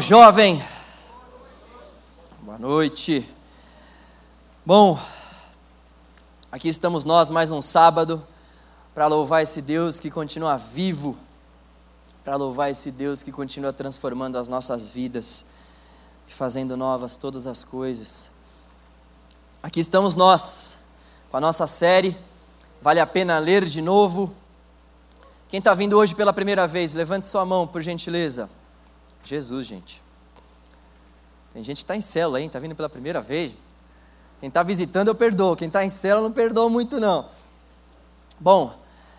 jovem. Boa noite. Bom, aqui estamos nós mais um sábado para louvar esse Deus que continua vivo, para louvar esse Deus que continua transformando as nossas vidas e fazendo novas todas as coisas. Aqui estamos nós com a nossa série Vale a Pena Ler de Novo. Quem está vindo hoje pela primeira vez, levante sua mão, por gentileza. Jesus, gente. Tem gente que está em célula, hein? Está vindo pela primeira vez. Quem está visitando, eu perdoo. Quem está em célula, não perdoo muito, não. Bom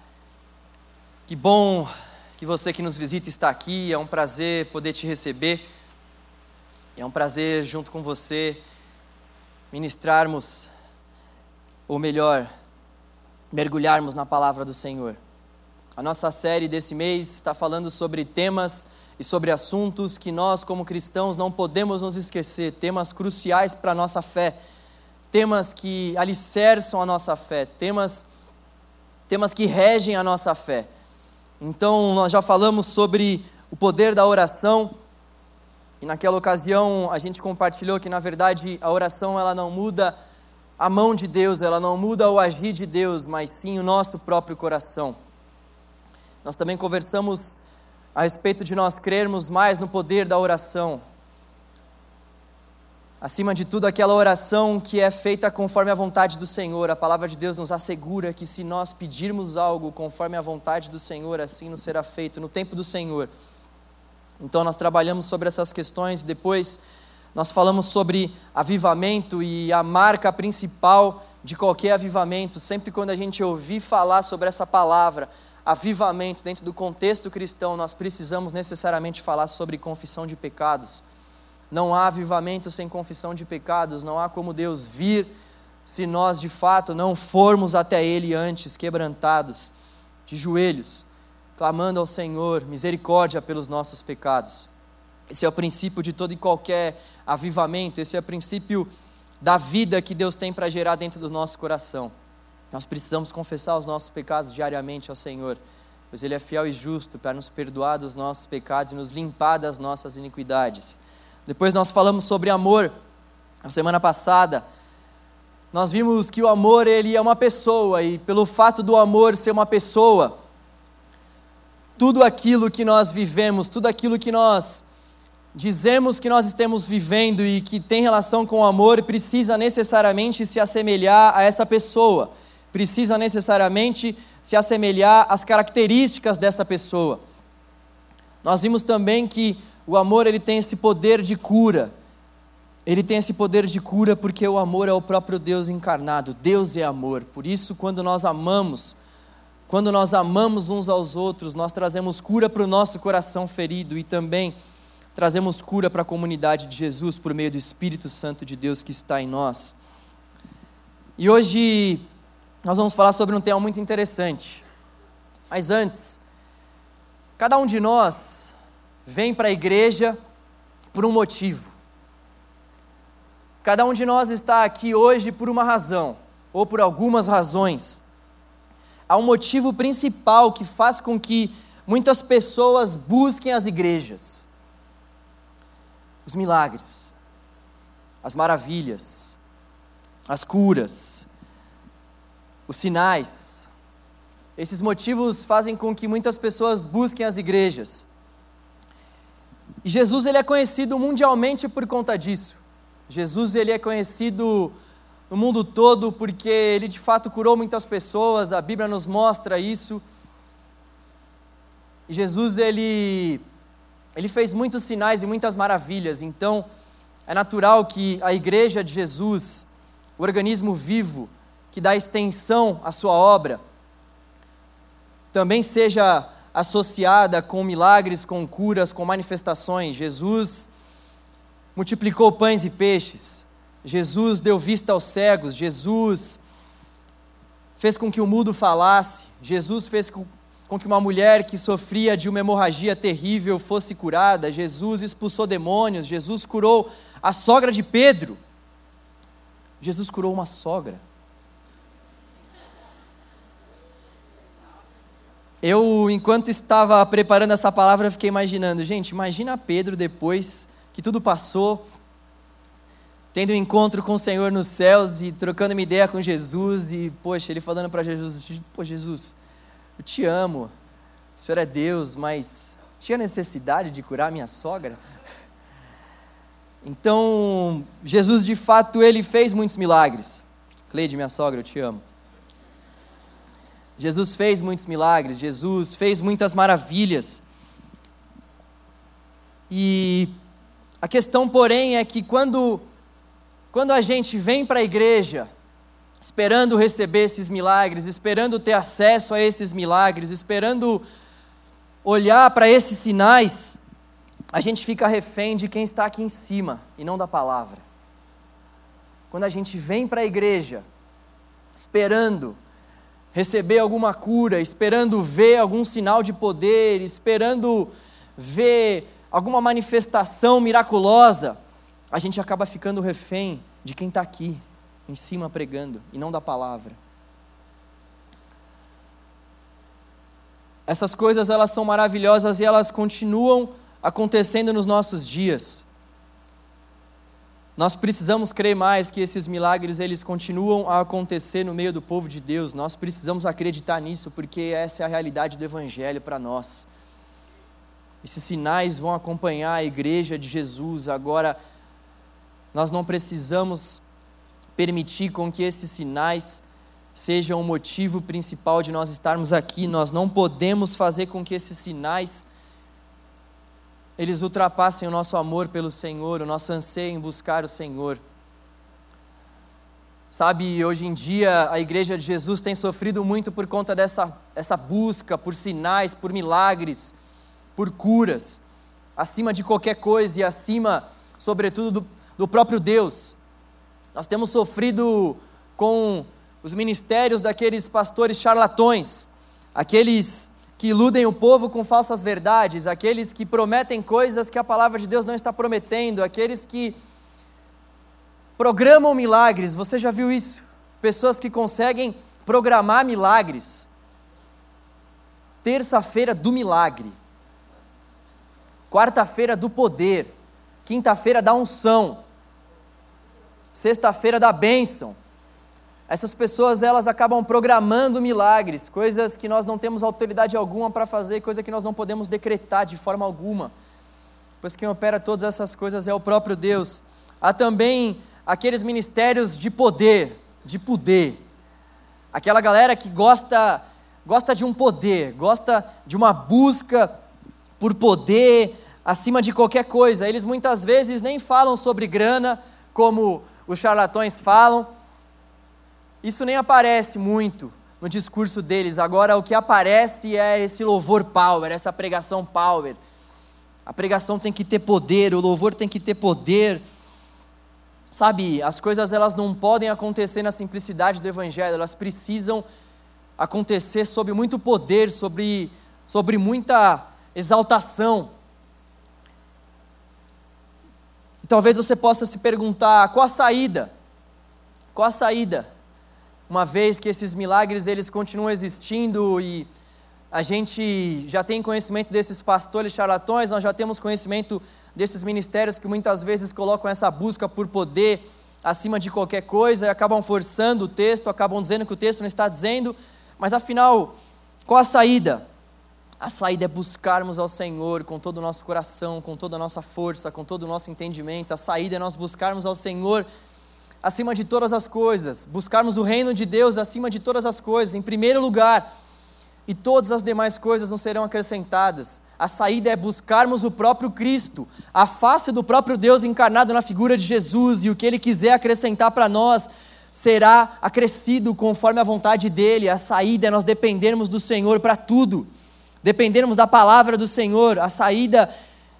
que você que nos visita está aqui. É um prazer poder te receber. É um prazer, junto com você, ministrarmos, ou melhor, mergulharmos na palavra do Senhor. A nossa série desse mês está falando sobre temas e sobre assuntos que nós, como cristãos, não podemos nos esquecer, temas cruciais para a nossa fé, temas que alicerçam a nossa fé, temas que regem a nossa fé. Então, nós já falamos sobre o poder da oração, e naquela ocasião a gente compartilhou que, na verdade, a oração ela não muda a mão de Deus, ela não muda o agir de Deus, mas sim o nosso próprio coração. Nós também conversamos a respeito de nós crermos mais no poder da oração. Acima de tudo, aquela oração que é feita conforme a vontade do Senhor. A palavra de Deus nos assegura que se nós pedirmos algo conforme a vontade do Senhor, assim nos será feito no tempo do Senhor. Então nós trabalhamos sobre essas questões, depois nós falamos sobre avivamento e a marca principal de qualquer avivamento. Sempre quando a gente ouvir falar sobre essa palavra, avivamento, dentro do contexto cristão, nós precisamos necessariamente falar sobre confissão de pecados. Não há avivamento sem confissão de pecados, não há como Deus vir se nós de fato não formos até Ele antes, quebrantados, de joelhos, clamando ao Senhor misericórdia pelos nossos pecados. Esse é o princípio de todo e qualquer avivamento, esse é o princípio da vida que Deus tem para gerar dentro do nosso coração. Nós precisamos confessar os nossos pecados diariamente ao Senhor, pois Ele é fiel e justo para nos perdoar dos nossos pecados e nos limpar das nossas iniquidades. Depois nós falamos sobre amor. Na semana passada, nós vimos que o amor ele é uma pessoa, e pelo fato do amor ser uma pessoa, tudo aquilo que nós vivemos, tudo aquilo que nós dizemos que nós estamos vivendo e que tem relação com o amor, precisa necessariamente se assemelhar a essa pessoa, precisa necessariamente se assemelhar às características dessa pessoa. Nós vimos também que o amor ele tem esse poder de cura. Ele tem esse poder de cura porque o amor é o próprio Deus encarnado. Deus é amor. Por isso, quando nós amamos uns aos outros, nós trazemos cura para o nosso coração ferido e também trazemos cura para a comunidade de Jesus por meio do Espírito Santo de Deus que está em nós. E hoje nós vamos falar sobre um tema muito interessante. Mas antes, cada um de nós vem para a igreja por um motivo. Cada um de nós está aqui hoje por uma razão, ou por algumas razões. Há um motivo principal que faz com que muitas pessoas busquem as igrejas. Os milagres, as maravilhas, as curas, os sinais. Esses motivos fazem com que muitas pessoas busquem as igrejas. E Jesus ele é conhecido mundialmente por conta disso. Jesus ele é conhecido no mundo todo porque ele de fato curou muitas pessoas, a Bíblia nos mostra isso. E Jesus ele fez muitos sinais e muitas maravilhas, então é natural que a igreja de Jesus, o organismo vivo que dá extensão à sua obra, também seja associada com milagres, com curas, com manifestações. Jesus multiplicou pães e peixes, Jesus deu vista aos cegos, Jesus fez com que o mudo falasse, Jesus fez com que uma mulher que sofria de uma hemorragia terrível fosse curada, Jesus expulsou demônios, Jesus curou a sogra de Pedro, Jesus curou uma sogra. Eu, enquanto estava preparando essa palavra, fiquei imaginando, gente, imagina Pedro depois que tudo passou, tendo um encontro com o Senhor nos céus e trocando uma ideia com Jesus e, poxa, ele falando para Jesus, pô, Jesus, eu te amo, o Senhor é Deus, mas tinha necessidade de curar minha sogra? Então, Jesus de fato, ele fez muitos milagres. Cleide, minha sogra, eu te amo. Jesus fez muitos milagres, Jesus fez muitas maravilhas. E a questão, porém, é que quando a gente vem para a igreja, esperando receber esses milagres, esperando ter acesso a esses milagres, esperando olhar para esses sinais, a gente fica refém de quem está aqui em cima e não da palavra. Quando a gente vem para a igreja, esperando receber alguma cura, esperando ver algum sinal de poder, esperando ver alguma manifestação miraculosa, a gente acaba ficando refém de quem está aqui, em cima pregando, e não da palavra. Essas coisas, elas são maravilhosas e elas continuam acontecendo nos nossos dias. Nós precisamos crer mais que esses milagres, eles continuam a acontecer no meio do povo de Deus. Nós precisamos acreditar nisso, porque essa é a realidade do Evangelho para nós. Esses sinais vão acompanhar a igreja de Jesus. Agora, nós não precisamos permitir com que esses sinais sejam o motivo principal de nós estarmos aqui. Nós não podemos fazer com que esses sinais eles ultrapassem o nosso amor pelo Senhor, o nosso anseio em buscar o Senhor. Sabe, hoje em dia a igreja de Jesus tem sofrido muito por conta dessa busca por sinais, por milagres, por curas, acima de qualquer coisa e acima, sobretudo, do próprio Deus. Nós temos sofrido com os ministérios daqueles pastores charlatões, aqueles que iludem o povo com falsas verdades, aqueles que prometem coisas que a palavra de Deus não está prometendo, aqueles que programam milagres. Você já viu isso? Pessoas que conseguem programar milagres. Terça-feira do milagre, quarta-feira do poder, quinta-feira da unção, sexta-feira da bênção. Essas pessoas, elas acabam programando milagres, coisas que nós não temos autoridade alguma para fazer, coisa que nós não podemos decretar de forma alguma, pois quem opera todas essas coisas é o próprio Deus. Há também aqueles ministérios de poder, aquela galera que gosta de um poder, gosta de uma busca por poder acima de qualquer coisa. Eles muitas vezes nem falam sobre grana, como os charlatões falam. Isso nem aparece muito no discurso deles. Agora o que aparece é esse louvor power, essa pregação power. A pregação tem que ter poder, o louvor tem que ter poder. Sabe, as coisas, elas não podem acontecer na simplicidade do Evangelho, elas precisam acontecer sob muito poder, sobre muita exaltação. E talvez você possa se perguntar, qual a saída? Qual a saída? Uma vez que esses milagres, eles continuam existindo e a gente já tem conhecimento desses pastores charlatões, nós já temos conhecimento desses ministérios que muitas vezes colocam essa busca por poder acima de qualquer coisa e acabam forçando o texto, acabam dizendo que o texto não está dizendo, mas afinal, qual a saída? A saída é buscarmos ao Senhor com todo o nosso coração, com toda a nossa força, com todo o nosso entendimento. A saída é nós buscarmos ao Senhor acima de todas as coisas, buscarmos o reino de Deus acima de todas as coisas, em primeiro lugar, e todas as demais coisas não serão acrescentadas. A saída é buscarmos o próprio Cristo, a face do próprio Deus encarnado na figura de Jesus, e o que Ele quiser acrescentar para nós será acrescido conforme a vontade dEle. A saída é nós dependermos do Senhor para tudo, dependermos da palavra do Senhor. A saída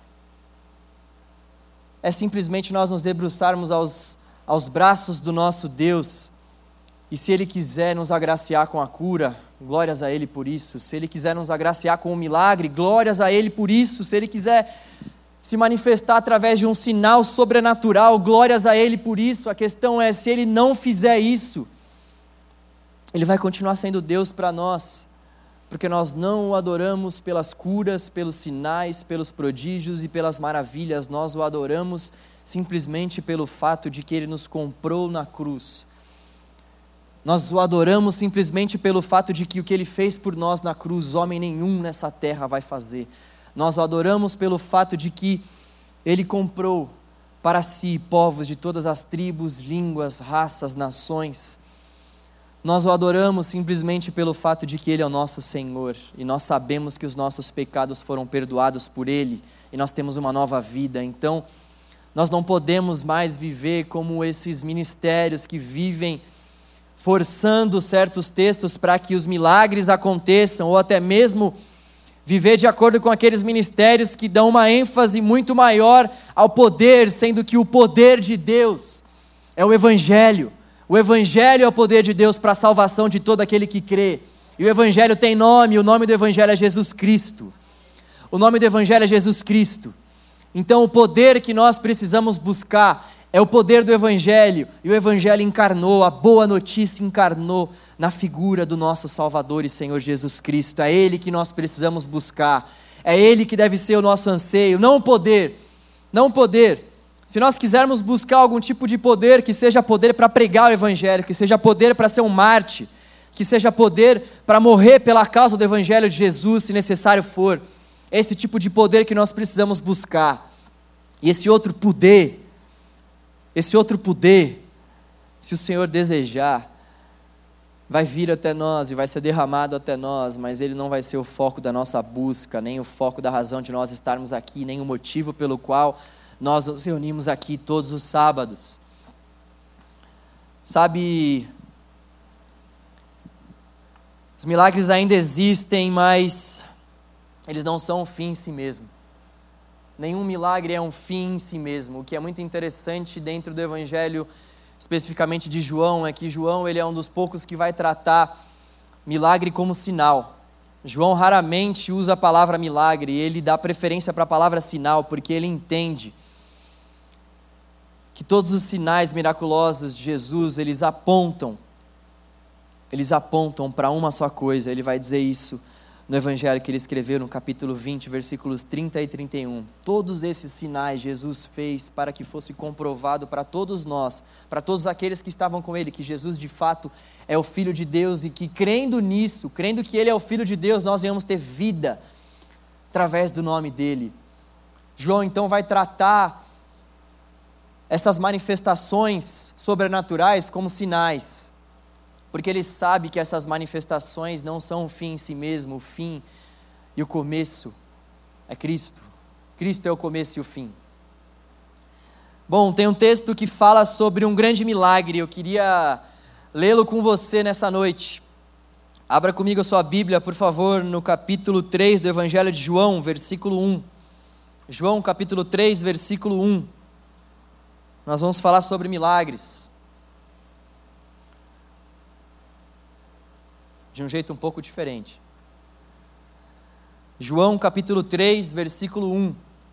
é simplesmente nós nos debruçarmos aos braços do nosso Deus, e se Ele quiser nos agraciar com a cura, glórias a Ele por isso. Se Ele quiser nos agraciar com um milagre, glórias a Ele por isso. Se Ele quiser se manifestar através de um sinal sobrenatural, glórias a Ele por isso. A questão é, se Ele não fizer isso, Ele vai continuar sendo Deus para nós. porque nós não o adoramos pelas curas, pelos sinais, pelos prodígios e pelas maravilhas, nós o adoramos simplesmente pelo fato de que Ele nos comprou na cruz. Nós o adoramos simplesmente pelo fato de que o que Ele fez por nós na cruz, homem nenhum nessa terra vai fazer. Nós o adoramos pelo fato de que Ele comprou para si povos de todas as tribos, línguas, raças, nações. Nós o adoramos simplesmente pelo fato de que Ele é o nosso Senhor, e nós sabemos que os nossos pecados foram perdoados por Ele, e nós temos uma nova vida. Então, nós não podemos mais viver como esses ministérios que vivem forçando certos textos para que os milagres aconteçam, ou até mesmo viver de acordo com aqueles ministérios que dão uma ênfase muito maior ao poder, sendo que o poder de Deus é o Evangelho. O Evangelho é o poder de Deus para a salvação de todo aquele que crê. E o Evangelho tem nome, e o nome do Evangelho é Jesus Cristo. O nome do Evangelho é Jesus Cristo. Então o poder que nós precisamos buscar é o poder do Evangelho. E o Evangelho encarnou, a boa notícia encarnou na figura do nosso Salvador e Senhor Jesus Cristo. É Ele que nós precisamos buscar. É Ele que deve ser o nosso anseio, não o poder. Não o poder. Se nós quisermos buscar algum tipo de poder, que seja poder para pregar o Evangelho, que seja poder para ser um mártir, que seja poder para morrer pela causa do Evangelho de Jesus, se necessário for, esse tipo de poder que nós precisamos buscar. E esse outro poder, se o Senhor desejar, vai vir até nós e vai ser derramado até nós, mas ele não vai ser o foco da nossa busca, nem o foco da razão de nós estarmos aqui, nem o motivo pelo qual nós nos reunimos aqui todos os sábados. Sabe, os milagres ainda existem, mas eles não são um fim em si mesmo. Nenhum milagre é um fim em si mesmo. O que é muito interessante dentro do Evangelho, especificamente de João, é que João ele é um dos poucos que vai tratar milagre como sinal. João raramente usa a palavra milagre, ele dá preferência para a palavra sinal, porque ele entende que todos os sinais miraculosos de Jesus, eles apontam para uma só coisa. Ele vai dizer isso no Evangelho que ele escreveu no capítulo 20, versículos 30 e 31. Todos esses sinais Jesus fez para que fosse comprovado para todos nós, para todos aqueles que estavam com ele, que Jesus de fato é o Filho de Deus e que crendo nisso, crendo que ele é o Filho de Deus, nós venhamos ter vida através do nome dele. João então vai tratar essas manifestações sobrenaturais como sinais, porque ele sabe que essas manifestações não são o fim em si mesmo, o fim e o começo é Cristo. Cristo é o começo e o fim. Bom, tem um texto que fala sobre um grande milagre, eu queria lê-lo com você nessa noite. Abra comigo a sua Bíblia, por favor, no capítulo 3 do Evangelho de João, versículo 1. João, capítulo 3, versículo 1. Nós vamos falar sobre milagres. De um jeito um pouco diferente. João capítulo 3, versículo 1.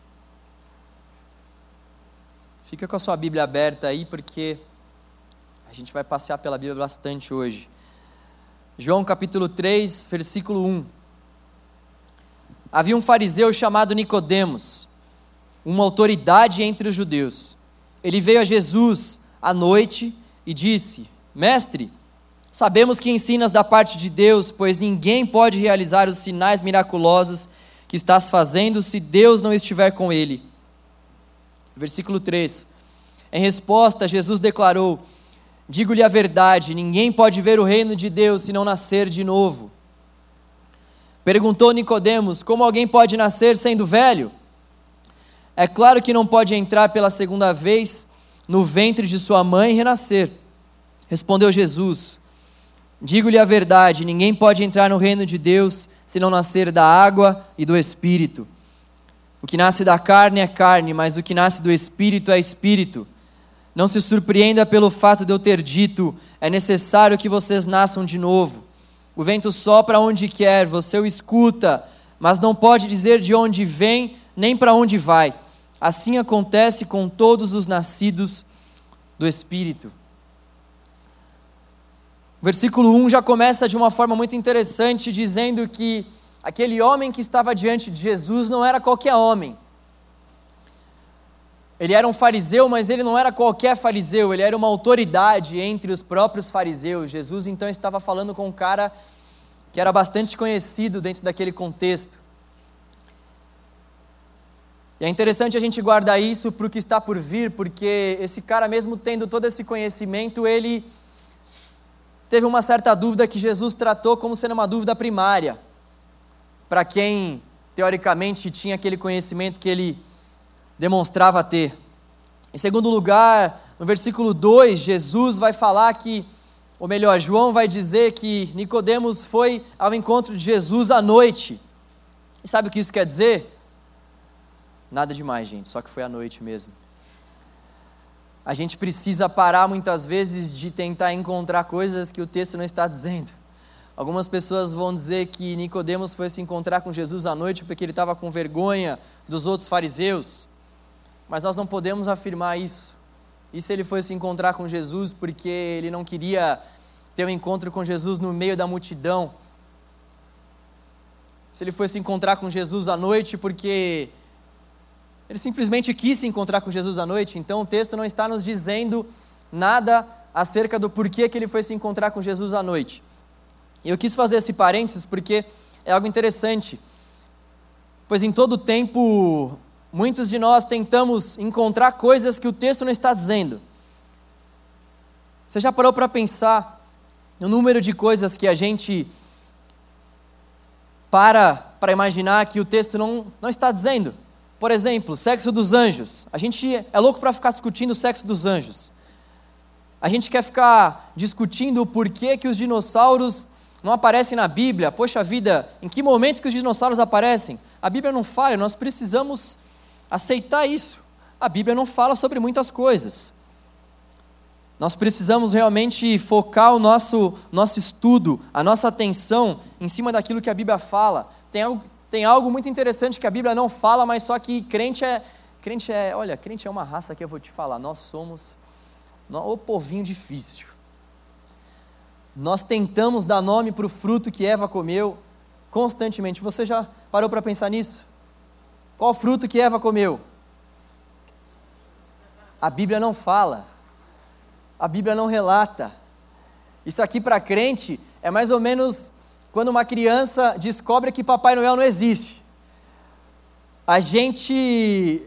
Fica com a sua Bíblia aberta aí, porque a gente vai passear pela Bíblia bastante hoje. João capítulo 3, versículo 1. Havia um fariseu chamado Nicodemos, uma autoridade entre os judeus. Ele veio a Jesus à noite e disse: Mestre, sabemos que ensinas da parte de Deus, pois ninguém pode realizar os sinais miraculosos que estás fazendo se Deus não estiver com ele. Versículo 3. Em resposta, Jesus declarou: Digo-lhe a verdade, ninguém pode ver o reino de Deus se não nascer de novo. Perguntou Nicodemos: Como alguém pode nascer sendo velho? É claro que não pode entrar pela segunda vez no ventre de sua mãe e renascer. Respondeu Jesus: Digo-lhe a verdade, ninguém pode entrar no reino de Deus se não nascer da água e do Espírito. O que nasce da carne é carne, mas o que nasce do Espírito é Espírito. Não se surpreenda pelo fato de eu ter dito: é necessário que vocês nasçam de novo. O vento sopra onde quer, você o escuta, mas não pode dizer de onde vem nem para onde vai. Assim acontece com todos os nascidos do Espírito. O versículo 1 já começa de uma forma muito interessante, dizendo que aquele homem que estava diante de Jesus não era qualquer homem. Ele era um fariseu, mas ele não era qualquer fariseu, ele era uma autoridade entre os próprios fariseus. Jesus então estava falando com um cara que era bastante conhecido dentro daquele contexto. E é interessante a gente guardar isso para o que está por vir, porque esse cara, mesmo tendo todo esse conhecimento, ele teve uma certa dúvida que Jesus tratou como sendo uma dúvida primária, para quem, teoricamente, tinha aquele conhecimento que ele demonstrava ter. Em segundo lugar, no versículo 2, Jesus vai falar que, ou melhor, João vai dizer que Nicodemos foi ao encontro de Jesus à noite. E sabe o que isso quer dizer? Nada demais, gente, só que foi à noite mesmo. A gente precisa parar muitas vezes de tentar encontrar coisas que o texto não está dizendo. Algumas pessoas vão dizer que Nicodemos foi se encontrar com Jesus à noite porque ele estava com vergonha dos outros fariseus. Mas nós não podemos afirmar isso. E se ele foi se encontrar com Jesus porque ele não queria ter um encontro com Jesus no meio da multidão? Se ele foi se encontrar com Jesus à noite porque ele simplesmente quis se encontrar com Jesus à noite? Então o texto não está nos dizendo nada acerca do porquê que ele foi se encontrar com Jesus à noite. E eu quis fazer esse parênteses porque é algo interessante, pois em todo tempo muitos de nós tentamos encontrar coisas que o texto não está dizendo. Você já parou para pensar no número de coisas que a gente para imaginar que o texto não está dizendo? Por exemplo, sexo dos anjos. A gente é louco para ficar discutindo o sexo dos anjos. A gente quer ficar discutindo o porquê que os dinossauros não aparecem na Bíblia. Poxa vida, em que momento que os dinossauros aparecem? A Bíblia não fala, nós precisamos aceitar isso. A Bíblia não fala sobre muitas coisas. Nós precisamos realmente focar o nosso estudo, a nossa atenção em cima daquilo que a Bíblia fala. Tem algo muito interessante que a Bíblia não fala, mas só que crente é uma raça que eu vou te falar, nós somos o povinho difícil. Nós tentamos dar nome para o fruto que Eva comeu constantemente. Você já parou para pensar nisso? Qual fruto que Eva comeu? A Bíblia não fala, a Bíblia não relata. Isso aqui para crente é mais ou menos quando uma criança descobre que Papai Noel não existe. A gente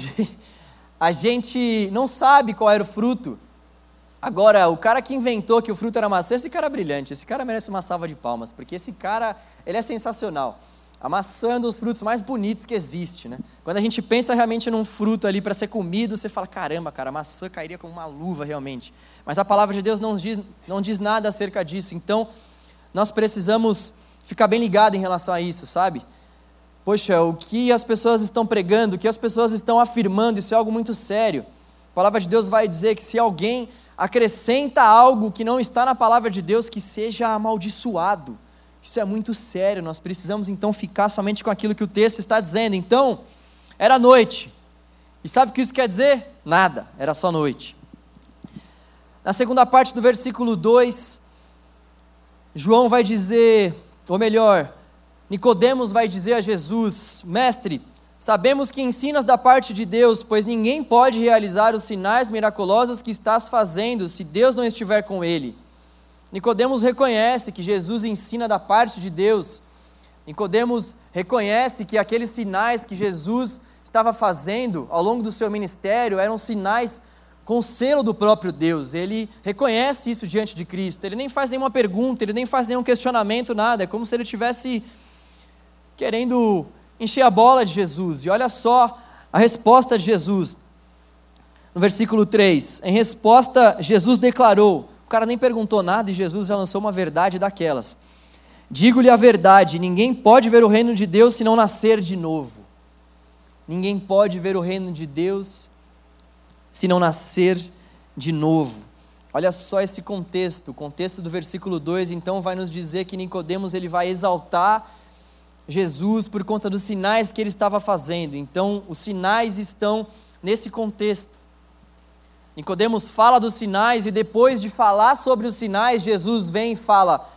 não sabe qual era o fruto. Agora, o cara que inventou que o fruto era maçã, esse cara é brilhante, esse cara merece uma salva de palmas, porque esse cara, ele é sensacional. A maçã é um dos frutos mais bonitos que existe, né? Quando a gente pensa realmente num fruto ali para ser comido, você fala, caramba, cara, a maçã cairia como uma luva realmente. Mas a palavra de Deus não diz nada acerca disso, então nós precisamos ficar bem ligados em relação a isso, sabe? Poxa, o que as pessoas estão pregando, o que as pessoas estão afirmando, isso é algo muito sério. A palavra de Deus vai dizer que se alguém acrescenta algo que não está na palavra de Deus, que seja amaldiçoado. Isso é muito sério, nós precisamos então ficar somente com aquilo que o texto está dizendo. Então, era noite. E sabe o que isso quer dizer? Nada, era só noite. Na segunda parte do versículo 2, João vai dizer, ou melhor, Nicodemos vai dizer a Jesus, mestre, sabemos que ensinas da parte de Deus, pois ninguém pode realizar os sinais miraculosos que estás fazendo, se Deus não estiver com ele. Nicodemos reconhece que Jesus ensina da parte de Deus. Nicodemos reconhece que aqueles sinais que Jesus estava fazendo ao longo do seu ministério eram sinais com o selo do próprio Deus. Ele reconhece isso diante de Cristo. Ele nem faz nenhuma pergunta, ele nem faz nenhum questionamento, nada. É como se ele estivesse querendo encher a bola de Jesus. E olha só a resposta de Jesus. No versículo 3, em resposta, Jesus declarou, o cara nem perguntou nada e Jesus já lançou uma verdade daquelas. Digo-lhe a verdade, ninguém pode ver o reino de Deus se não nascer de novo. Ninguém pode ver o reino de Deus se não nascer de novo. Olha só esse contexto, o contexto do versículo 2, então vai nos dizer que Nicodemos ele vai exaltar Jesus por conta dos sinais que ele estava fazendo. Então os sinais estão nesse contexto. Nicodemos fala dos sinais e depois de falar sobre os sinais, Jesus vem e fala: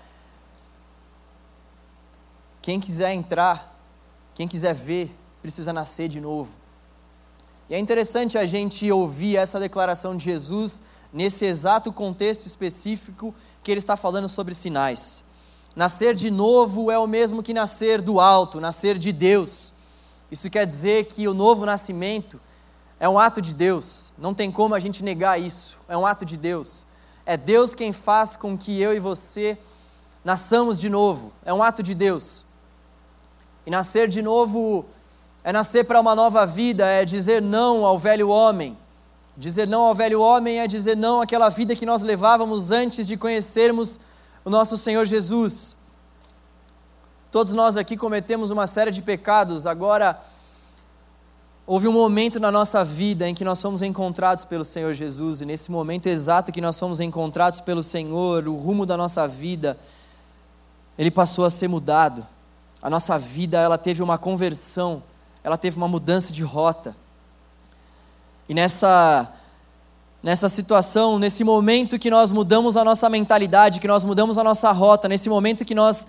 quem quiser entrar, quem quiser ver, precisa nascer de novo. E é interessante a gente ouvir essa declaração de Jesus nesse exato contexto específico que ele está falando sobre sinais. Nascer de novo é o mesmo que nascer do alto, nascer de Deus. Isso quer dizer que o novo nascimento é um ato de Deus, não tem como a gente negar isso, é um ato de Deus. É Deus quem faz com que eu e você nasçamos de novo, é um ato de Deus. E nascer de novo é nascer para uma nova vida, é dizer não ao velho homem. Dizer não ao velho homem é dizer não àquela vida que nós levávamos antes de conhecermos o nosso Senhor Jesus. Todos nós aqui cometemos uma série de pecados. Agora, houve um momento na nossa vida em que nós fomos encontrados pelo Senhor Jesus, e nesse momento exato que nós fomos encontrados pelo Senhor, o rumo da nossa vida, ele passou a ser mudado. A nossa vida, ela teve uma conversão, ela teve uma mudança de rota. E nessa situação, nesse momento que nós mudamos a nossa mentalidade, que nós mudamos a nossa rota, nesse momento que nós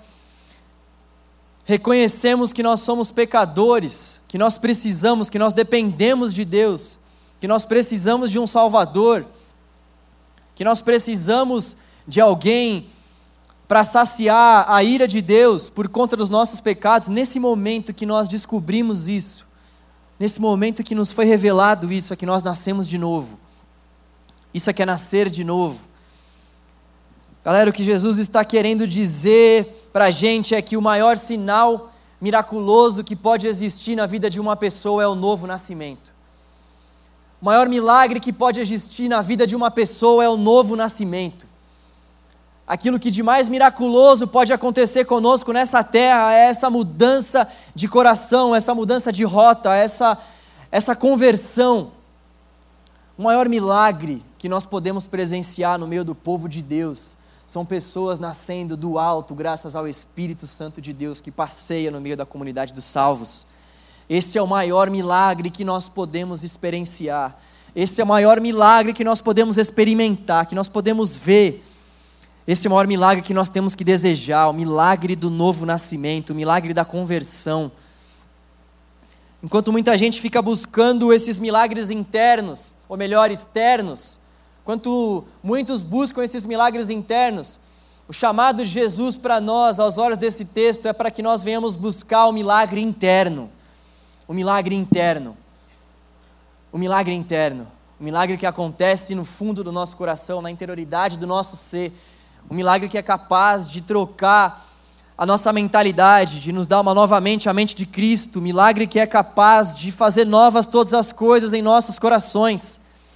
reconhecemos que nós somos pecadores, que nós precisamos, que nós dependemos de Deus, que nós precisamos de um Salvador, que nós precisamos de alguém para saciar a ira de Deus por conta dos nossos pecados. Nesse momento que nós descobrimos isso, nesse momento que nos foi revelado isso, é que nós nascemos de novo. Isso é que é nascer de novo. Galera, o que Jesus está querendo dizer para a gente é que o maior sinal miraculoso que pode existir na vida de uma pessoa é o novo nascimento. O maior milagre que pode existir na vida de uma pessoa é o novo nascimento. Aquilo que de mais miraculoso pode acontecer conosco nessa terra é essa mudança de coração, essa mudança de rota, essa conversão. O maior milagre que nós podemos presenciar no meio do povo de Deus são pessoas nascendo do alto, graças ao Espírito Santo de Deus que passeia no meio da comunidade dos salvos. Esse é o maior milagre que nós podemos experienciar. Esse é o maior milagre que nós podemos experimentar, que nós podemos ver. Esse é o maior milagre que nós temos que desejar, o milagre do novo nascimento, o milagre da conversão. Enquanto muita gente fica buscando esses milagres internos, ou melhor, externos, enquanto muitos buscam esses milagres internos, o chamado de Jesus para nós, aos olhos desse texto, é para que nós venhamos buscar o milagre interno. O milagre interno. O milagre interno. O milagre que acontece no fundo do nosso coração, na interioridade do nosso ser. O milagre que é capaz de trocar a nossa mentalidade, de nos dar uma nova mente, a mente de Cristo. O milagre que é capaz de fazer novas todas as coisas em nossos corações.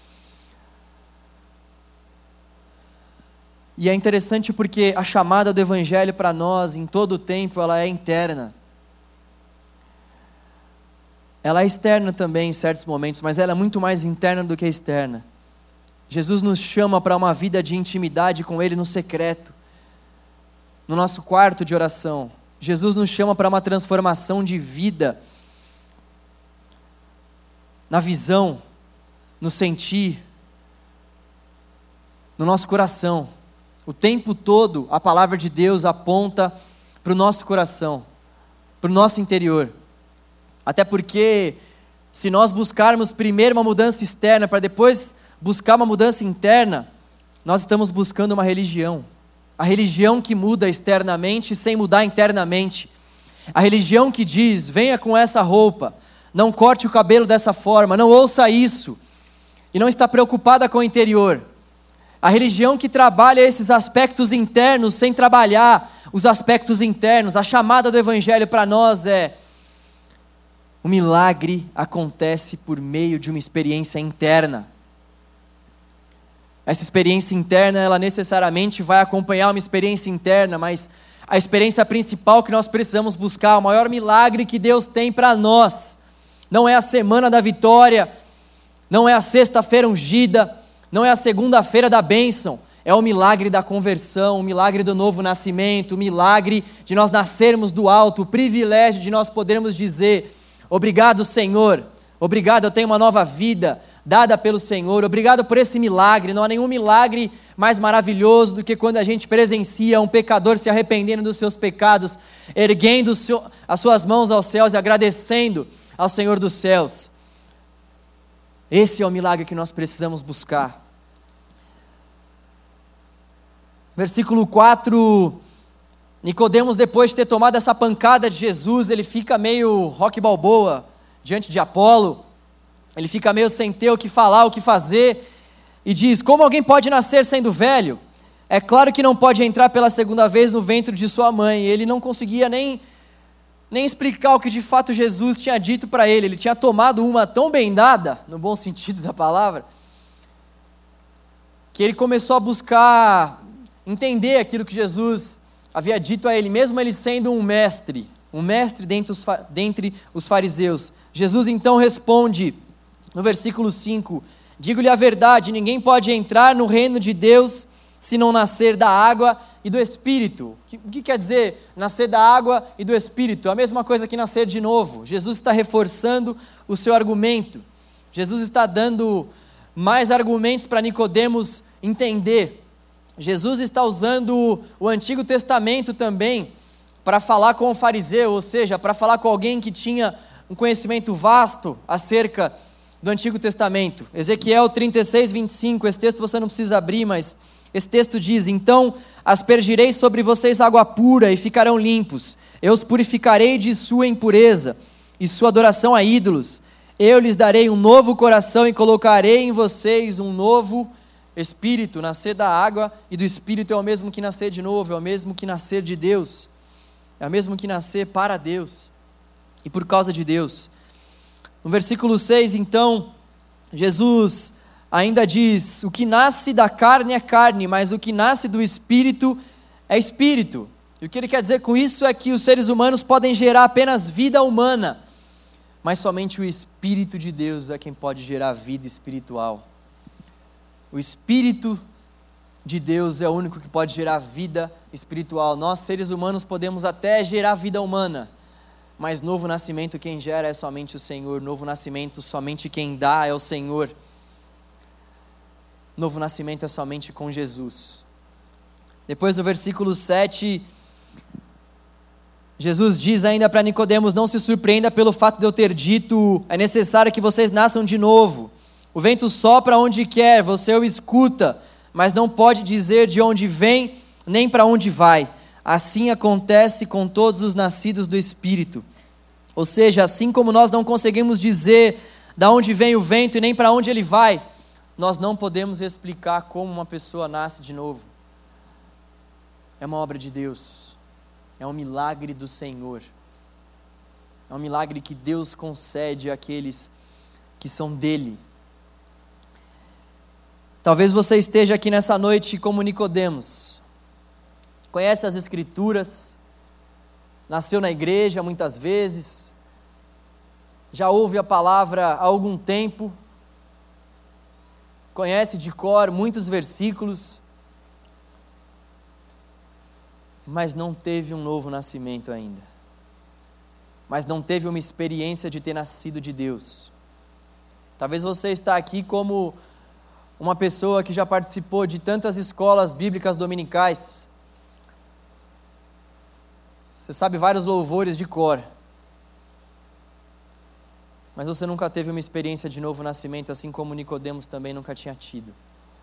E é interessante porque a chamada do Evangelho para nós, em todo o tempo, ela é interna. Ela é externa também em certos momentos, mas ela é muito mais interna do que externa. Jesus nos chama para uma vida de intimidade com Ele no secreto, no nosso quarto de oração. Jesus nos chama para uma transformação de vida, na visão, no sentir, no nosso coração. O tempo todo, a palavra de Deus aponta para o nosso coração, para o nosso interior. Até porque, se nós buscarmos primeiro uma mudança externa, para depois buscar uma mudança interna, nós estamos buscando uma religião. A religião que muda externamente sem mudar internamente. A religião que diz, venha com essa roupa, não corte o cabelo dessa forma, não ouça isso, e não está preocupada com o interior. A religião que trabalha esses aspectos internos sem trabalhar os aspectos internos. A chamada do Evangelho para nós é: o milagre acontece por meio de uma experiência interna. Essa experiência interna, ela necessariamente vai acompanhar uma experiência interna, mas a experiência principal que nós precisamos buscar, o maior milagre que Deus tem para nós, não é a semana da vitória, não é a sexta-feira ungida, não é a segunda-feira da bênção, é o milagre da conversão, o milagre do novo nascimento, o milagre de nós nascermos do alto, o privilégio de nós podermos dizer: obrigado, Senhor, obrigado, eu tenho uma nova vida, dada pelo Senhor. Obrigado por esse milagre. Não há nenhum milagre mais maravilhoso do que quando a gente presencia um pecador se arrependendo dos seus pecados, erguendo as suas mãos aos céus e agradecendo ao Senhor dos céus. Esse é o milagre que nós precisamos buscar. Versículo 4, Nicodemos, depois de ter tomado essa pancada de Jesus, ele fica meio Rocky Balboa diante de Apolo, ele fica meio sem ter o que falar, o que fazer, e diz: como alguém pode nascer sendo velho? É claro que não pode entrar pela segunda vez no ventre de sua mãe. Ele não conseguia nem explicar o que de fato Jesus tinha dito para ele. Ele tinha tomado uma tão bem dada, no bom sentido da palavra, que ele começou a buscar entender aquilo que Jesus havia dito a ele, mesmo ele sendo um mestre dentre os fariseus. Jesus então responde no versículo 5, digo-lhe a verdade, ninguém pode entrar no reino de Deus se não nascer da água e do Espírito. O que quer dizer nascer da água e do Espírito? É a mesma coisa que nascer de novo. Jesus está reforçando o seu argumento. Jesus está dando mais argumentos para Nicodemos entender. Jesus está usando o Antigo Testamento também para falar com o fariseu, ou seja, para falar com alguém que tinha um conhecimento vasto acerca do Antigo Testamento. Ezequiel 36, 25, esse texto você não precisa abrir, mas esse texto diz: então aspergirei sobre vocês água pura e ficarão limpos, eu os purificarei de sua impureza e sua adoração a ídolos, eu lhes darei um novo coração e colocarei em vocês um novo Espírito. Nascer da água e do Espírito é o mesmo que nascer de novo, é o mesmo que nascer de Deus, é o mesmo que nascer para Deus e por causa de Deus. No versículo 6, então, Jesus ainda diz: o que nasce da carne é carne, mas o que nasce do Espírito é Espírito. E o que ele quer dizer com isso é que os seres humanos podem gerar apenas vida humana, mas somente o Espírito de Deus é quem pode gerar vida espiritual. O Espírito de Deus é o único que pode gerar vida espiritual. Nós, seres humanos, podemos até gerar vida humana, mas novo nascimento quem gera é somente o Senhor. Novo nascimento somente quem dá é o Senhor. Novo nascimento é somente com Jesus. Depois do versículo 7, Jesus diz ainda para Nicodemos: não se surpreenda pelo fato de eu ter dito, é necessário que vocês nasçam de novo. O vento sopra onde quer, você o escuta, mas não pode dizer de onde vem, nem para onde vai. Assim acontece com todos os nascidos do Espírito. Ou seja, assim como nós não conseguimos dizer de onde vem o vento e nem para onde ele vai, nós não podemos explicar como uma pessoa nasce de novo. É uma obra de Deus, é um milagre do Senhor, é um milagre que Deus concede àqueles que são dele. Talvez você esteja aqui nessa noite como Nicodemos, conhece as Escrituras, nasceu na igreja muitas vezes, já ouve a palavra há algum tempo, conhece de cor muitos versículos, mas não teve um novo nascimento ainda, mas não teve uma experiência de ter nascido de Deus. Talvez você está aqui como uma pessoa que já participou de tantas escolas bíblicas dominicais, você sabe vários louvores de cor, mas você nunca teve uma experiência de novo nascimento, assim como Nicodemos também nunca tinha tido.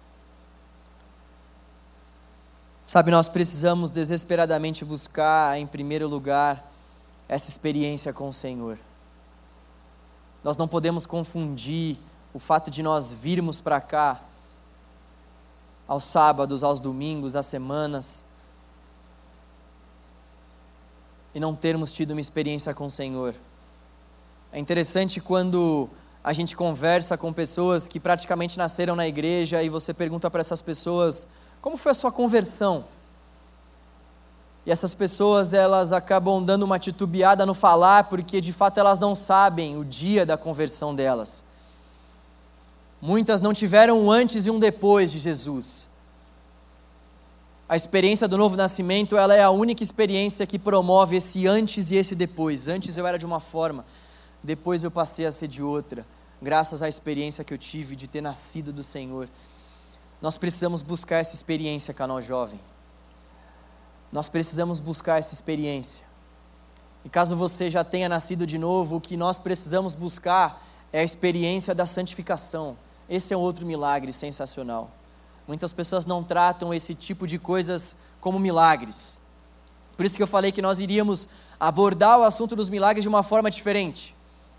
Sabe, nós precisamos desesperadamente buscar, em primeiro lugar, essa experiência com o Senhor. Nós não podemos confundir o fato de nós virmos para cá, aos sábados, aos domingos, às semanas, e não termos tido uma experiência com o Senhor. É interessante quando a gente conversa com pessoas que praticamente nasceram na igreja e você pergunta para essas pessoas: como foi a sua conversão? E essas pessoas, elas acabam dando uma titubeada no falar, porque de fato elas não sabem o dia da conversão delas. Muitas não tiveram um antes e um depois de Jesus. A experiência do novo nascimento, ela é a única experiência que promove esse antes e esse depois. Antes eu era de uma forma, depois eu passei a ser de outra. graças à experiência que eu tive de ter nascido do Senhor. Nós precisamos buscar essa experiência, Canal Jovem. Nós precisamos buscar essa experiência. E caso você já tenha nascido de novo, o que nós precisamos buscar é a experiência da santificação. Esse é outro milagre sensacional. Muitas pessoas não tratam esse tipo de coisas como milagres. Por isso que eu falei que nós iríamos abordar o assunto dos milagres de uma forma diferente.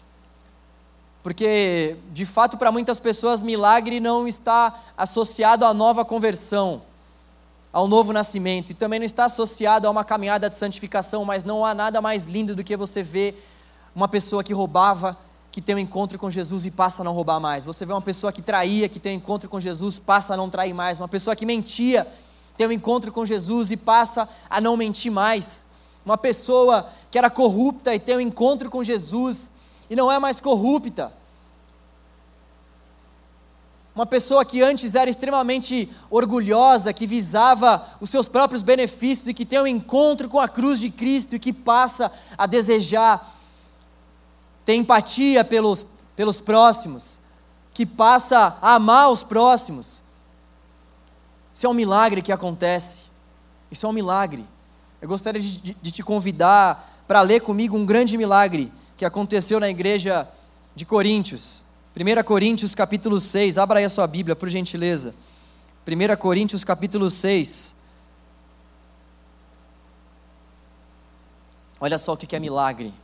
Porque, de fato, para muitas pessoas, milagre não está associado à nova conversão, ao novo nascimento, e também não está associado a uma caminhada de santificação, mas não há nada mais lindo do que você ver uma pessoa que roubava, que tem um encontro com Jesus e passa a não roubar mais. Você vê uma pessoa que traía, que tem um encontro com Jesus, passa a não trair mais. Uma pessoa que mentia, tem um encontro com Jesus e passa a não mentir mais. Uma pessoa que era corrupta e tem um encontro com Jesus e não é mais corrupta. Uma pessoa que antes era extremamente orgulhosa, que visava os seus próprios benefícios e que tem um encontro com a cruz de Cristo e que passa a desejar ter empatia pelos próximos, que passa a amar os próximos. Isso é um milagre que acontece. Isso é um milagre. Eu gostaria de te convidar para ler comigo um grande milagre que aconteceu na igreja de Coríntios. 1 Coríntios capítulo 6, abra aí a sua Bíblia, por gentileza. 1 Coríntios capítulo 6. Olha só o que é milagre.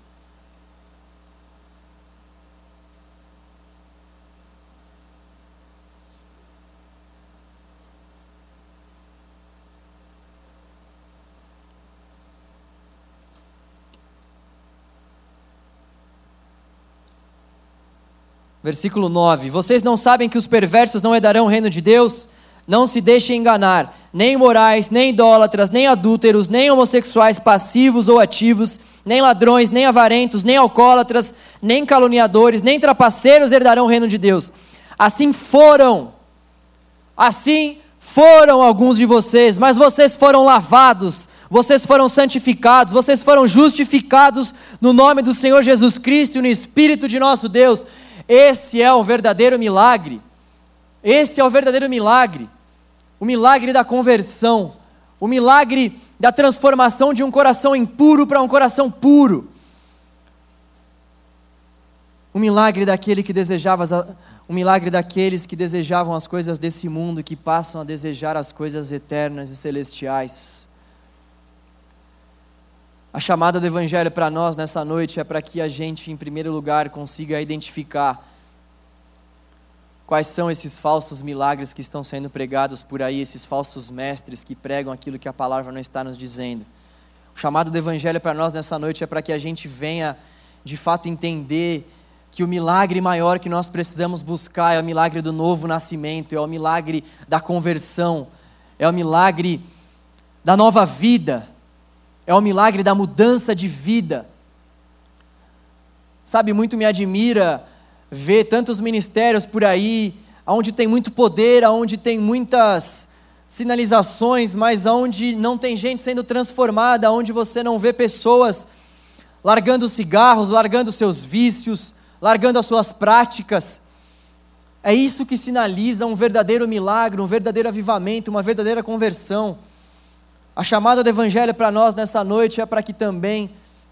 Versículo 9, vocês não sabem que os perversos não herdarão o reino de Deus? Não se deixem enganar, nem imorais, nem idólatras, nem adúlteros, nem homossexuais passivos ou ativos, nem ladrões, nem avarentos, nem alcoólatras, nem caluniadores, nem trapaceiros herdarão o reino de Deus. Assim foram alguns de vocês, mas vocês foram lavados, vocês foram santificados, vocês foram justificados no nome do Senhor Jesus Cristo e no Espírito de nosso Deus. Esse é o verdadeiro milagre. Esse é o verdadeiro milagre. O milagre da conversão. O milagre da transformação de um coração impuro para um coração puro. O milagre daquele que desejava, o milagre daqueles que desejavam as coisas desse mundo, que passam a desejar as coisas eternas e celestiais. A chamada do Evangelho para nós nessa noite é para que a gente, em primeiro lugar, consiga identificar quais são esses falsos milagres que estão sendo pregados por aí, esses falsos mestres que pregam aquilo que a palavra não está nos dizendo. O chamado do Evangelho para nós nessa noite é para que a gente venha, de fato, entender que o milagre maior que nós precisamos buscar é o milagre do novo nascimento, é o milagre da conversão, é o milagre da nova vida, é o milagre da mudança de vida. Sabe, muito me admira ver tantos ministérios por aí, onde tem muito poder, onde tem muitas sinalizações, mas onde não tem gente sendo transformada, onde você não vê pessoas largando cigarros, largando seus vícios, largando as suas práticas. É isso que sinaliza um verdadeiro milagre, um verdadeiro avivamento, uma verdadeira conversão. A chamada do Evangelho para nós nessa noite é para que também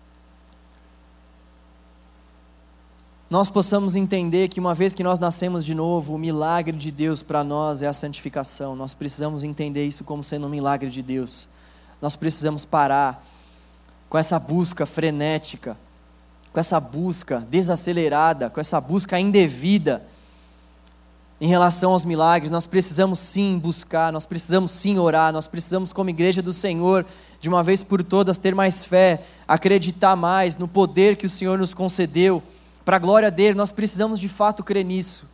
nós possamos entender que uma vez que nós nascemos de novo, o milagre de Deus para nós é a santificação. Nós precisamos entender isso como sendo um milagre de Deus. Nós precisamos parar com essa busca frenética, com essa busca desacelerada, com essa busca indevida em relação aos milagres. Nós precisamos sim buscar, nós precisamos sim orar, nós precisamos, como igreja do Senhor, de uma vez por todas ter mais fé, acreditar mais no poder que o Senhor nos concedeu, para a glória dele. Nós precisamos de fato crer nisso.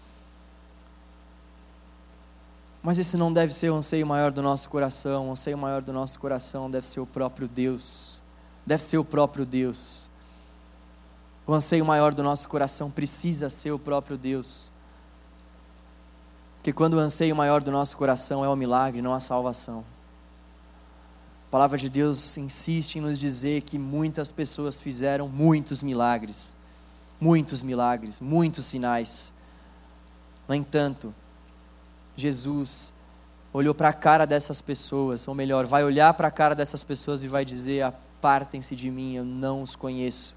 Mas esse não deve ser o anseio maior do nosso coração. O anseio maior do nosso coração deve ser o próprio Deus. Deve ser o próprio Deus. O anseio maior do nosso coração precisa ser o próprio Deus. Porque quando o anseio maior do nosso coração é o milagre, não a salvação. A palavra de Deus insiste em nos dizer que muitas pessoas fizeram muitos milagres. muitos milagres, muitos sinais. No entanto, Jesus olhou para a cara dessas pessoas, ou melhor, vai olhar para a cara dessas pessoas e vai dizer: apartem-se de mim, eu não os conheço.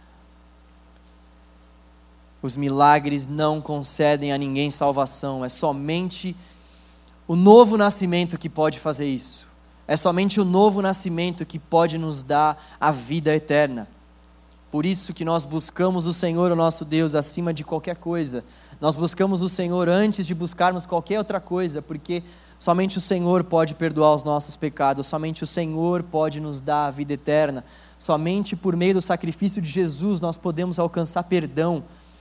Os milagres não concedem a ninguém salvação, é somente o novo nascimento que pode fazer isso. É somente o novo nascimento que pode nos dar a vida eterna. Por isso que nós buscamos o Senhor, o nosso Deus, acima de qualquer coisa. Nós buscamos o Senhor antes de buscarmos qualquer outra coisa, porque somente o Senhor pode perdoar os nossos pecados, somente o Senhor pode nos dar a vida eterna. Somente por meio do sacrifício de Jesus nós podemos alcançar perdão.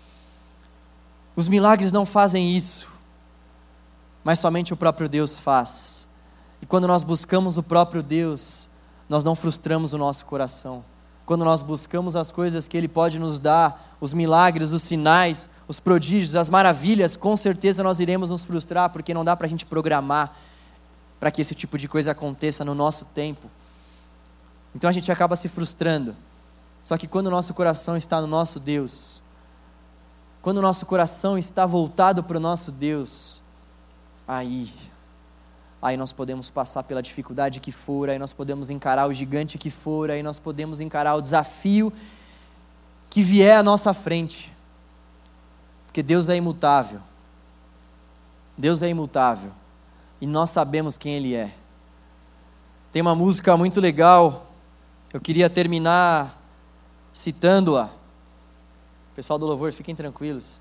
Os milagres não fazem isso, mas somente o próprio Deus faz. E quando nós buscamos o próprio Deus, nós não frustramos o nosso coração. Quando nós buscamos as coisas que Ele pode nos dar, os milagres, os sinais, os prodígios, as maravilhas, com certeza nós iremos nos frustrar, porque não dá para a gente programar para que esse tipo de coisa aconteça no nosso tempo. Então a gente acaba se frustrando. Só que quando o nosso coração está no nosso Deus, quando o nosso coração está voltado para o nosso Deus, aí nós podemos passar pela dificuldade que for, aí nós podemos encarar o gigante que for, aí nós podemos encarar o desafio que vier à nossa frente, porque Deus é imutável, Deus é imutável, e nós sabemos quem Ele é. Tem uma música muito legal, eu queria terminar citando-a. Pessoal do louvor, fiquem tranquilos.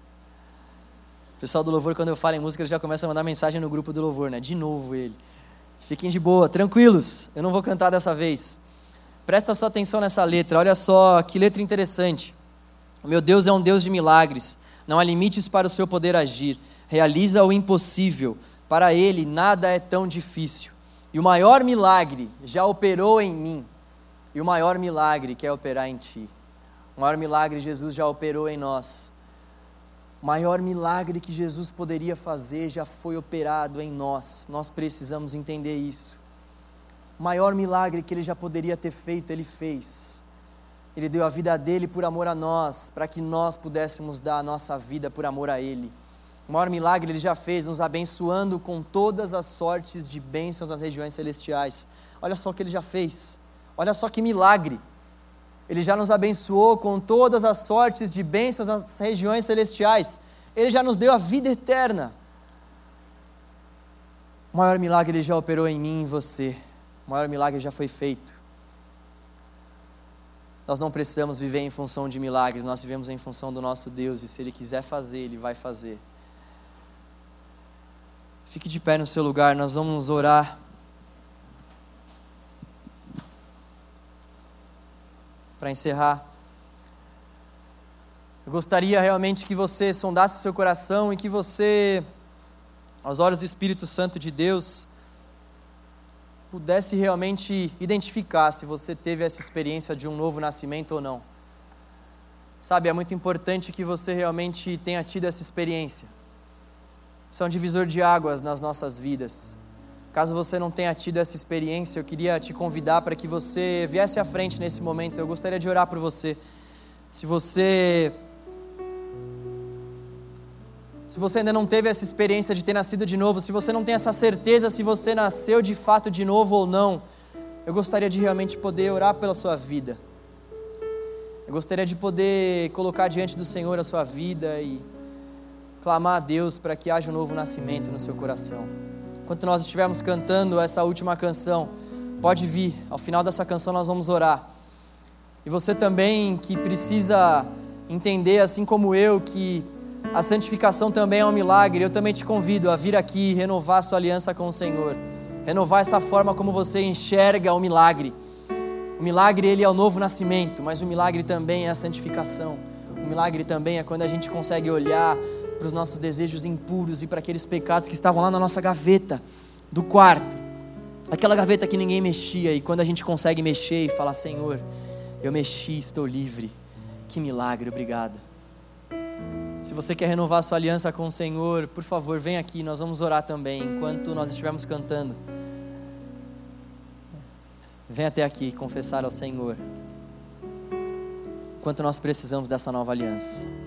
O pessoal do louvor, quando eu falo em música, eles já começam a mandar mensagem no grupo do louvor, né? De novo ele. Fiquem de boa, tranquilos. Eu não vou cantar dessa vez. Presta só atenção nessa letra. Olha só que letra interessante. O meu Deus é um Deus de milagres. Não há limites para o seu poder agir. Realiza o impossível. Para Ele nada é tão difícil. E o maior milagre já operou em mim. E o maior milagre quer operar em ti. O maior milagre Jesus já operou em nós. O maior milagre que Jesus poderia fazer já foi operado em nós. Nós precisamos entender isso. O maior milagre que Ele já poderia ter feito, Ele fez. Ele deu a vida dele por amor a nós, para que nós pudéssemos dar a nossa vida por amor a Ele. O maior milagre Ele já fez, nos abençoando com todas as sortes de bênçãos nas regiões celestiais. Olha só o que Ele já fez. Olha só que milagre. Ele já nos abençoou com todas as sortes de bênçãos nas regiões celestiais. Ele já nos deu a vida eterna. O maior milagre Ele já operou em mim e em você. O maior milagre já foi feito. Nós não precisamos viver em função de milagres, nós vivemos em função do nosso Deus. E se Ele quiser fazer, Ele vai fazer. Fique de pé no seu lugar, nós vamos orar. Para encerrar, eu gostaria realmente que você sondasse o seu coração e que você, aos olhos do Espírito Santo de Deus, pudesse realmente identificar se você teve essa experiência de um novo nascimento ou não. Sabe, é muito importante que você realmente tenha tido essa experiência. Isso é um divisor de águas nas nossas vidas. Caso você não tenha tido essa experiência, eu queria te convidar para que você viesse à frente nesse momento. Eu gostaria de orar por você. Se você ainda não teve essa experiência de ter nascido de novo, se você não tem essa certeza se você nasceu de fato de novo ou não, eu gostaria de realmente poder orar pela sua vida. Eu gostaria de poder colocar diante do Senhor a sua vida e clamar a Deus para que haja um novo nascimento no seu coração. Enquanto nós estivermos cantando essa última canção, pode vir, ao final dessa canção nós vamos orar. E você também que precisa entender, assim como eu, que a santificação também é um milagre, eu também te convido a vir aqui e renovar a sua aliança com o Senhor, renovar essa forma como você enxerga o milagre. O milagre, ele é o novo nascimento, mas o milagre também é a santificação. O milagre também é quando a gente consegue olhar para os nossos desejos impuros e para aqueles pecados que estavam lá na nossa gaveta do quarto, aquela gaveta que ninguém mexia, e quando a gente consegue mexer e falar: Senhor, eu mexi, estou livre, que milagre, obrigado. Se você quer renovar a sua aliança com o Senhor, por favor, vem aqui, nós vamos orar também, enquanto nós estivermos cantando. Vem até aqui confessar ao Senhor. quanto nós precisamos dessa nova aliança.